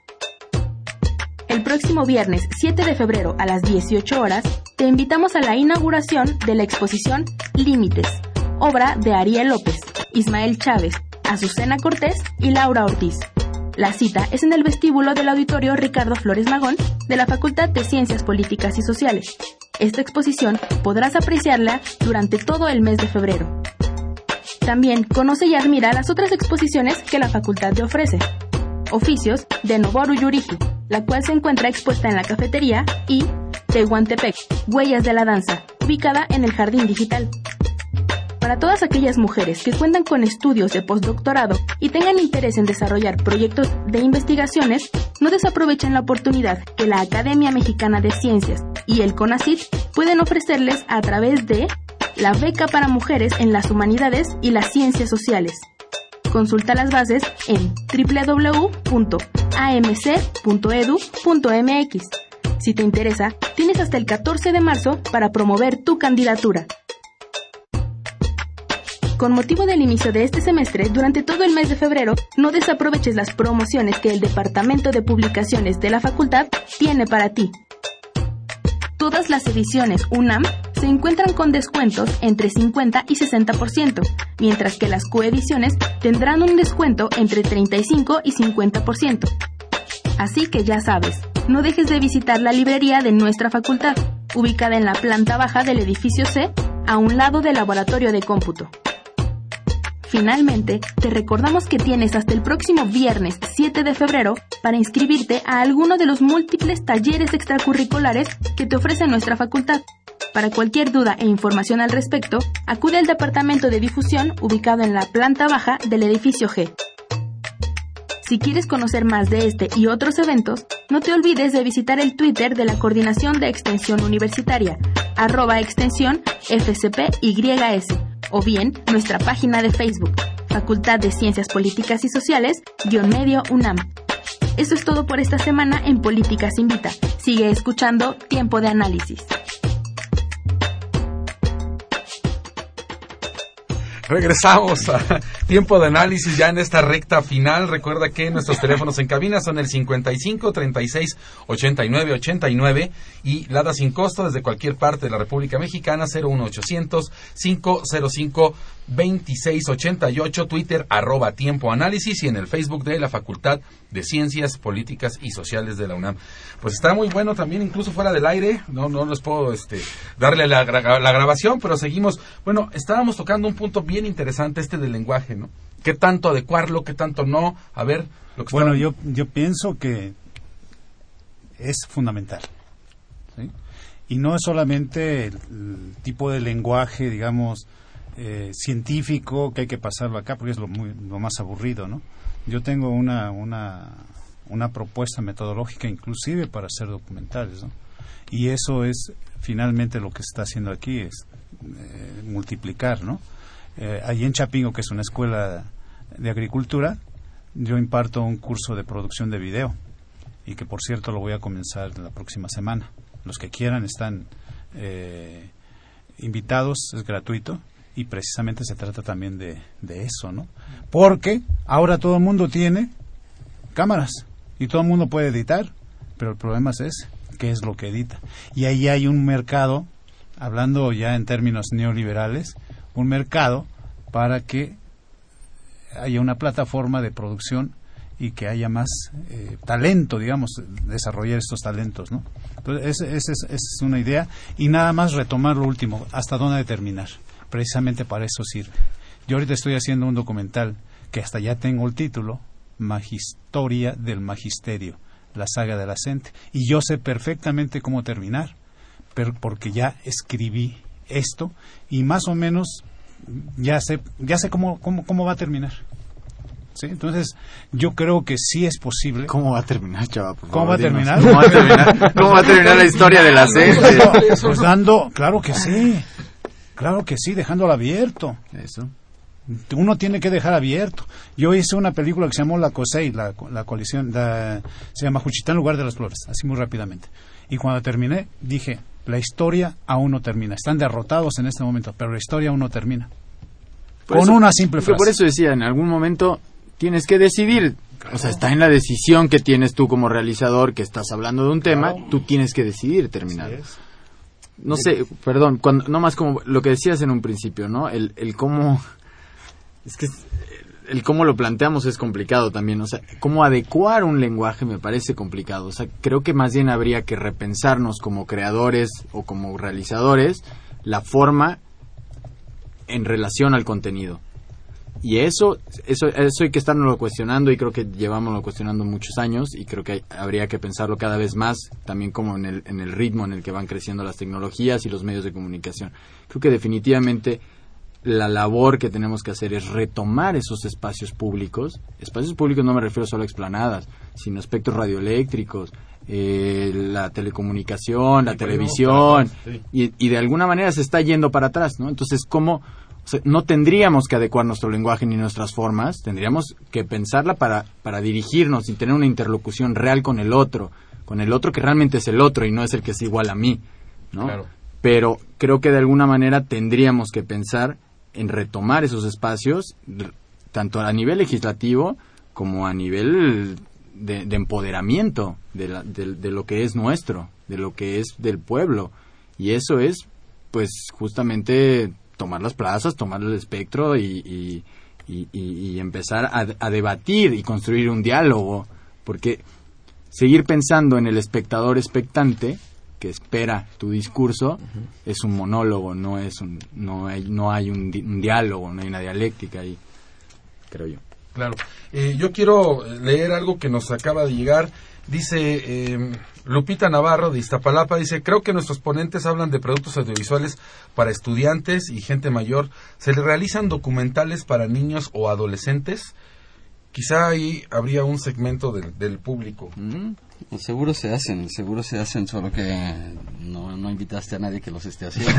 El próximo viernes 7 de febrero a las 18 horas te invitamos a la inauguración de la exposición Límites, obra de Ariel López, Ismael Chávez, Azucena Cortés y Laura Ortiz. La cita es en el vestíbulo del Auditorio Ricardo Flores Magón de la Facultad de Ciencias Políticas y Sociales. Esta exposición podrás apreciarla durante todo el mes de febrero. También conoce y admira las otras exposiciones que la facultad te ofrece. Oficios de Noboru Yurigi, la cual se encuentra expuesta en la cafetería, y Tehuantepec, Huellas de la Danza, ubicada en el Jardín Digital. Para todas aquellas mujeres que cuentan con estudios de postdoctorado y tengan interés en desarrollar proyectos de investigaciones, no desaprovechen la oportunidad que la Academia Mexicana de Ciencias y el CONACYT pueden ofrecerles a través de la Beca para Mujeres en las Humanidades y las Ciencias Sociales. Consulta las bases en www.amc.edu.mx. Si te interesa, tienes hasta el 14 de marzo para promover tu candidatura. Con motivo del inicio de este semestre, durante todo el mes de febrero, no desaproveches las promociones que el Departamento de Publicaciones de la Facultad tiene para ti. Todas las ediciones UNAM se encuentran con descuentos entre 50 y 60%, mientras que las coediciones tendrán un descuento entre 35 y 50%. Así que ya sabes, no dejes de visitar la librería de nuestra facultad, ubicada en la planta baja del edificio C, a un lado del laboratorio de cómputo. Finalmente, te recordamos que tienes hasta el próximo viernes 7 de febrero para inscribirte a alguno de los múltiples talleres extracurriculares que te ofrece nuestra facultad. Para cualquier duda e información al respecto, acude al departamento de difusión ubicado en la planta baja del edificio G. Si quieres conocer más de este y otros eventos, no te olvides de visitar el Twitter de la Coordinación de Extensión Universitaria, @extensión FCPYS, o bien nuestra página de Facebook, Facultad de Ciencias Políticas y Sociales, _medio UNAM. Eso es todo por esta semana en Políticas Invita. Sigue escuchando Tiempo de Análisis. Regresamos a Tiempo de Análisis ya en esta recta final. Recuerda que nuestros teléfonos en cabina son el 55 36 89 89 y Lada sin costo desde cualquier parte de la República Mexicana 01800 505 2688, Twitter @tiempoanálisis y en el Facebook de la Facultad de Ciencias Políticas y Sociales de la UNAM. Pues está muy bueno también, incluso fuera del aire, no les puedo darle la grabación, pero seguimos. Bueno, estábamos tocando un punto bien interesante del lenguaje, ¿no? ¿Qué tanto adecuarlo, qué tanto no? A ver, lo que bueno, yo pienso que es fundamental, ¿sí? Y no es solamente el tipo de lenguaje, digamos, científico que hay que pasarlo acá porque es lo más aburrido, ¿no? Yo tengo una propuesta metodológica inclusive para hacer documentales, ¿no? Y eso es finalmente lo que se está haciendo aquí, es multiplicar, ¿no? Allí en Chapingo, que es una escuela de agricultura, yo imparto un curso de producción de video y que por cierto lo voy a comenzar la próxima semana. Los que quieran están invitados, es gratuito. Y precisamente se trata también de eso, ¿no? Porque ahora todo el mundo tiene cámaras y todo el mundo puede editar, pero el problema es qué es lo que edita. Y ahí hay un mercado, hablando ya en términos neoliberales, un mercado para que haya una plataforma de producción y que haya más talento, digamos, desarrollar estos talentos, ¿no? Entonces, esa es una idea. Y nada más retomar lo último, hasta dónde terminar. Precisamente para eso sirve. Yo ahorita estoy haciendo un documental que hasta ya tengo el título, Magistoria del Magisterio, la saga de la CENTE, y yo sé perfectamente cómo terminar, pero porque ya escribí esto y más o menos ya sé cómo va a terminar. ¿Sí? Entonces, yo creo que sí es posible. ¿Cómo va a terminar, chaval? ¿Cómo va a terminar? ¿Cómo va a terminar la historia de la CENTE? Pues claro que sí, dejándolo abierto. Eso. Uno tiene que dejar abierto. Yo hice una película que se llamó La COSEI, la coalición, se llama Juchitán, lugar de las flores, así muy rápidamente. Y cuando terminé, dije, la historia aún no termina. Están derrotados en este momento, pero la historia aún no termina. Con una simple frase. Por eso decía, en algún momento tienes que decidir. O sea, está en la decisión que tienes tú como realizador, que estás hablando de un tema, tú tienes que decidir terminar. No sé, perdón, no más como lo que decías en un principio, ¿no? El cómo... Es que el cómo lo planteamos es complicado también. O sea, cómo adecuar un lenguaje me parece complicado. O sea, creo que más bien habría que repensarnos como creadores o como realizadores la forma en relación al contenido. Y eso hay que estarnos cuestionando, y creo que llevámoslo cuestionando muchos años, y creo que habría que pensarlo cada vez más, también como en el ritmo en el que van creciendo las tecnologías y los medios de comunicación. Creo que definitivamente la labor que tenemos que hacer es retomar esos espacios públicos. Espacios públicos no me refiero solo a explanadas, sino espectros radioeléctricos, la telecomunicación, la televisión, y de alguna manera se está yendo para atrás, ¿no? Entonces, ¿cómo...? O sea, no tendríamos que adecuar nuestro lenguaje ni nuestras formas, tendríamos que pensarla para dirigirnos y tener una interlocución real con el otro que realmente es el otro y no es el que es igual a mí, ¿no? Claro. Pero creo que de alguna manera tendríamos que pensar en retomar esos espacios, tanto a nivel legislativo como a nivel de empoderamiento de lo que es nuestro, de lo que es del pueblo. Y eso es, pues, justamente tomar las plazas, tomar el espectro y empezar a debatir y construir un diálogo, porque seguir pensando en el espectador expectante que espera tu discurso es un monólogo, no hay un diálogo, no hay una dialéctica ahí, creo yo. Claro. Yo quiero leer algo que nos acaba de llegar. Dice Lupita Navarro de Iztapalapa, dice: creo que nuestros ponentes hablan de productos audiovisuales para estudiantes y gente mayor. ¿Se les realizan documentales para niños o adolescentes? Quizá ahí habría un segmento del público. Seguro se hacen, solo que no invitaste a nadie que los esté haciendo.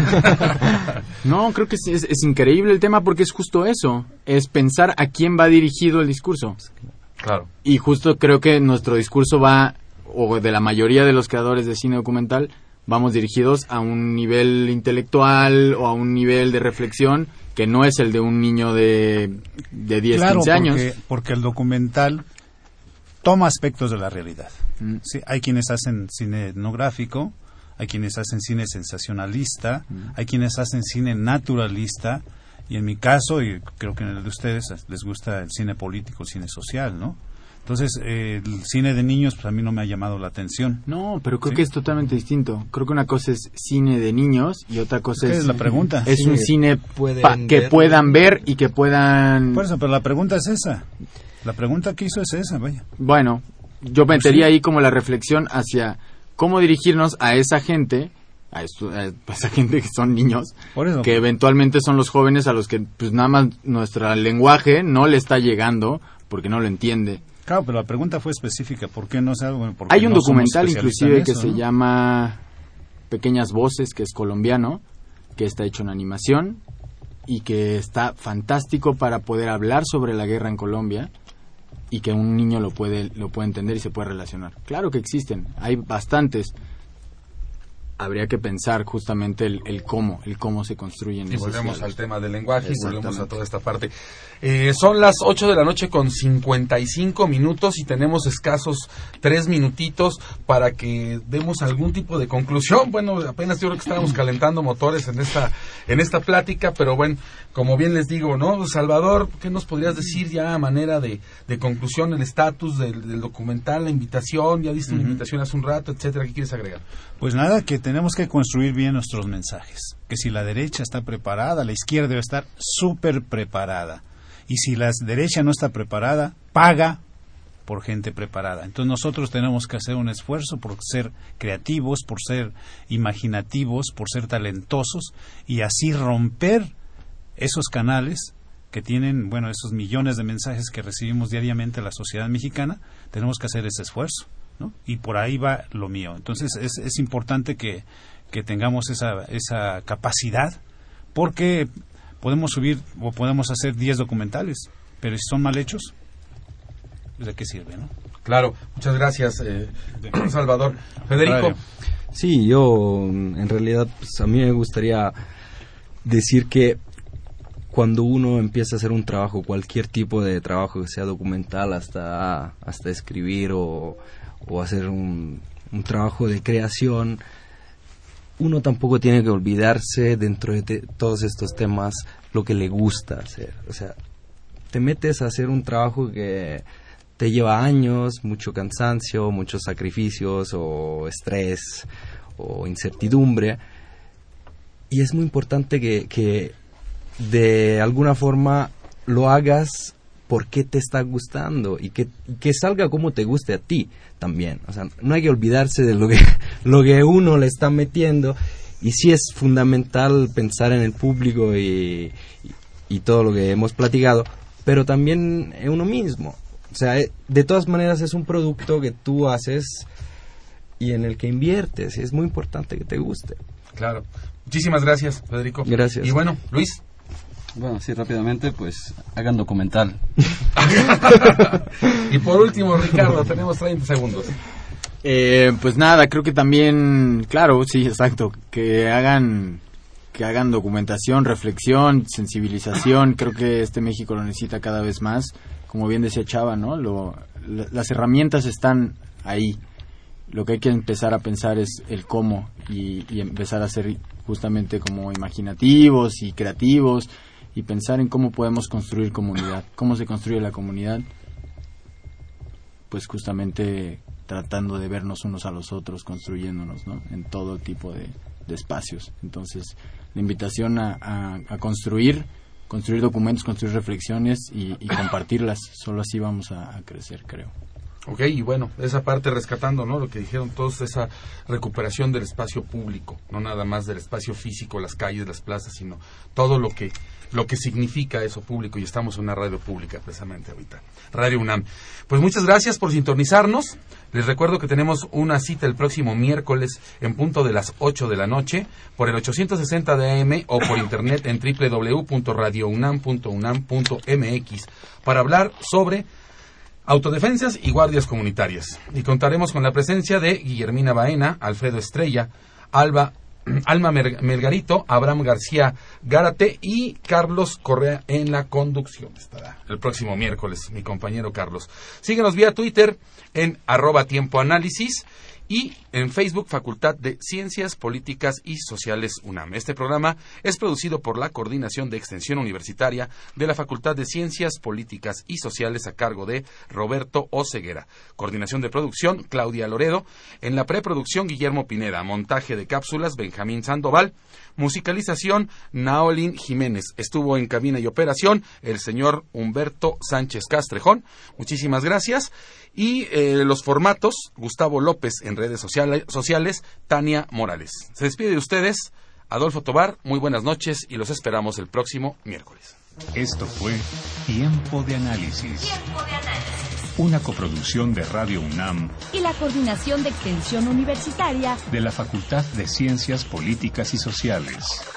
No, creo que es increíble el tema, porque es justo eso, es pensar a quién va dirigido el discurso. Claro. Y justo creo que nuestro discurso va, o de la mayoría de los creadores de cine documental, vamos dirigidos a un nivel intelectual o a un nivel de reflexión que no es el de un niño de 10, 15 años. Porque el documental toma aspectos de la realidad. Sí, hay quienes hacen cine etnográfico, hay quienes hacen cine sensacionalista, hay quienes hacen cine naturalista, y en mi caso, y creo que en el de ustedes, les gusta el cine político, el cine social, ¿no? Entonces, el cine de niños, pues a mí no me ha llamado la atención. No, pero creo que es totalmente distinto. Creo que una cosa es cine de niños y otra cosa es la pregunta. Es un cine que puedan ver y que puedan... Por eso, pero la pregunta es esa. La pregunta que hizo es esa, vaya. Bueno, yo metería ahí como la reflexión hacia cómo dirigirnos a esa gente, a esa gente que son niños, que eventualmente son los jóvenes a los que pues nada más nuestro lenguaje no le está llegando porque no lo entiende. Claro, pero la pregunta fue específica. ¿Por qué no sabe? Bueno, hay un documental inclusive que se llama Pequeñas Voces, que es colombiano, que está hecho en animación y que está fantástico para poder hablar sobre la guerra en Colombia y que un niño lo puede entender y se puede relacionar. Claro que existen, hay bastantes. Habría que pensar justamente el cómo se construyen. Y volvemos al tema del lenguaje y volvemos a toda esta parte. Son las 8 de la noche con 55 minutos y tenemos escasos 3 minutitos para que demos algún tipo de conclusión. Bueno, apenas yo creo que estábamos calentando motores en esta plática, pero bueno, como bien les digo, ¿no? Salvador, ¿qué nos podrías decir ya a manera de conclusión, el estatus del documental, la invitación? Ya diste una invitación hace un rato, etcétera. ¿Qué quieres agregar? Pues nada, que tenemos que construir bien nuestros mensajes. Que si la derecha está preparada, la izquierda debe estar súper preparada. Y si la derecha no está preparada, paga por gente preparada. Entonces nosotros tenemos que hacer un esfuerzo por ser creativos, por ser imaginativos, por ser talentosos y así romper esos canales que tienen, bueno, esos millones de mensajes que recibimos diariamente la sociedad mexicana. Tenemos que hacer ese esfuerzo, ¿no? Y por ahí va lo mío. Entonces es importante que tengamos esa capacidad, porque podemos subir o podemos hacer 10 documentales, pero si son mal hechos, ¿de qué sirve, no? Claro, muchas gracias, Salvador. Federico. Sí, yo en realidad, pues, a mí me gustaría decir que cuando uno empieza a hacer un trabajo, cualquier tipo de trabajo, que sea documental hasta escribir o hacer un trabajo de creación, uno tampoco tiene que olvidarse dentro de todos estos temas lo que le gusta hacer. O sea, te metes a hacer un trabajo que te lleva años, mucho cansancio, muchos sacrificios o estrés o incertidumbre, y es muy importante que de alguna forma lo hagas porque te está gustando y que salga como te guste a ti también. O sea, no hay que olvidarse de lo que uno le está metiendo, y sí es fundamental pensar en el público y todo lo que hemos platicado, pero también en uno mismo. O sea, de todas maneras es un producto que tú haces y en el que inviertes, y es muy importante que te guste. Claro. Muchísimas gracias, Federico. Gracias. Y bueno, Luis. Bueno, sí, rápidamente, pues hagan documental. Y por último, Ricardo, tenemos 30 segundos. Pues nada, creo que también, claro, sí, exacto, que hagan documentación, reflexión, sensibilización. Creo que México lo necesita cada vez más. Como bien decía Chava, ¿no? Las herramientas están ahí. Lo que hay que empezar a pensar es el cómo y empezar a ser justamente como imaginativos y creativos, y pensar en cómo podemos construir comunidad. ¿Cómo se construye la comunidad? Pues justamente tratando de vernos unos a los otros, construyéndonos, ¿no? En todo tipo de espacios. Entonces, la invitación a construir documentos, construir reflexiones y compartirlas. Solo así vamos a crecer, creo. Ok, y bueno, esa parte rescatando, ¿no? Lo que dijeron todos, esa recuperación del espacio público, no nada más del espacio físico, las calles, las plazas, sino todo lo que significa eso público, y estamos en una radio pública precisamente ahorita, Radio UNAM. Pues muchas gracias por sintonizarnos. Les recuerdo que tenemos una cita el próximo miércoles en punto de las 8 de la noche por el 860 de AM o por internet en www.radiounam.unam.mx para hablar sobre autodefensas y guardias comunitarias. Y contaremos con la presencia de Guillermina Baena, Alfredo Estrella, Alma Melgarito, Abraham García Gárate y Carlos Correa en la conducción. Estará el próximo miércoles mi compañero Carlos. Síguenos vía Twitter en @tiempoanálisis y en Facebook, Facultad de Ciencias Políticas y Sociales UNAM. Este programa es producido por la Coordinación de Extensión Universitaria de la Facultad de Ciencias Políticas y Sociales a cargo de Roberto Oseguera. Coordinación de producción, Claudia Loredo. En la preproducción, Guillermo Pineda. Montaje de cápsulas, Benjamín Sandoval. Musicalización, Naolin Jiménez. Estuvo en cabina y operación el señor Humberto Sánchez Castrejón. Muchísimas gracias. Y los formatos, Gustavo López en redes sociales, Tania Morales. Se despide de ustedes Adolfo Tobar, muy buenas noches y los esperamos el próximo miércoles. Esto fue Tiempo de Análisis. Una coproducción de Radio UNAM y la Coordinación de Extensión Universitaria de la Facultad de Ciencias Políticas y Sociales.